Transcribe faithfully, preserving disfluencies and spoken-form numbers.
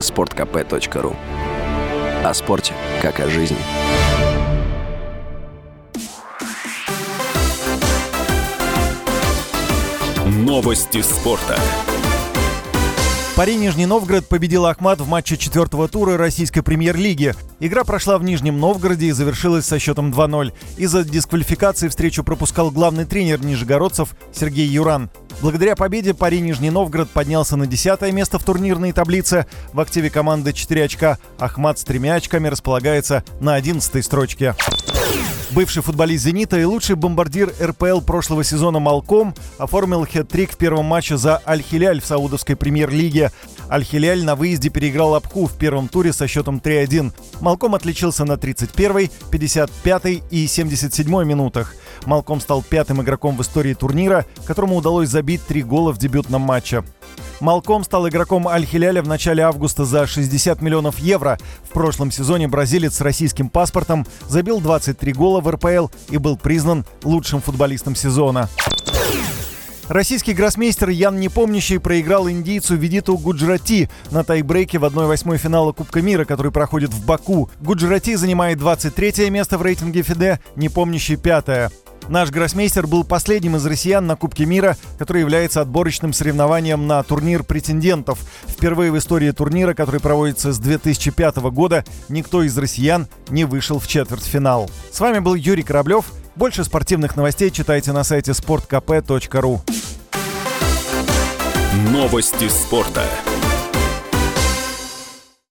спорт кей пи точка ру. О спорте, как о жизни. Новости спорта. Пари Нижний Новгород победил Ахмат в матче четвертого тура российской премьер-лиги. Игра прошла в Нижнем Новгороде и завершилась со счетом два ноль. Из-за дисквалификации встречу пропускал главный тренер нижегородцев Сергей Юран. Благодаря победе Пари Нижний Новгород поднялся на десятое место в турнирной таблице. В активе команды четыре очка. Ахмат с тремя очками располагается на одиннадцатой строчке. Бывший футболист «Зенита» и лучший бомбардир эр пэ эл прошлого сезона Малком оформил хет-трик в первом матче за Аль-Хиляль в саудовской премьер-лиге. Аль-Хиляль на выезде переиграл Абху в первом туре со счетом три один. Малком отличился на тридцать первой, пятьдесят пятой и семьдесят седьмой минутах. Малком стал пятым игроком в истории турнира, которому удалось забить три гола в дебютном матче. Малком стал игроком Аль-Хиляля в начале августа за шестьдесят миллионов евро. В прошлом сезоне бразилец с российским паспортом забил двадцать три гола в эр пэ эл и был признан лучшим футболистом сезона. Российский гроссмейстер Ян Непомнящий проиграл индийцу Видиту Гуджрати на тайбрейке в одной восьмой финала Кубка мира, который проходит в Баку. Гуджрати занимает двадцать третье место в рейтинге ФИДЕ, Непомнящий — пятое. Наш гроссмейстер был последним из россиян на Кубке мира, который является отборочным соревнованием на турнир претендентов. Впервые в истории турнира, который проводится с две тысячи пятого года, никто из россиян не вышел в четвертьфинал. С вами был Юрий Кораблев. Больше спортивных новостей читайте на сайте спорт кей пи точка ру. Новости спорта.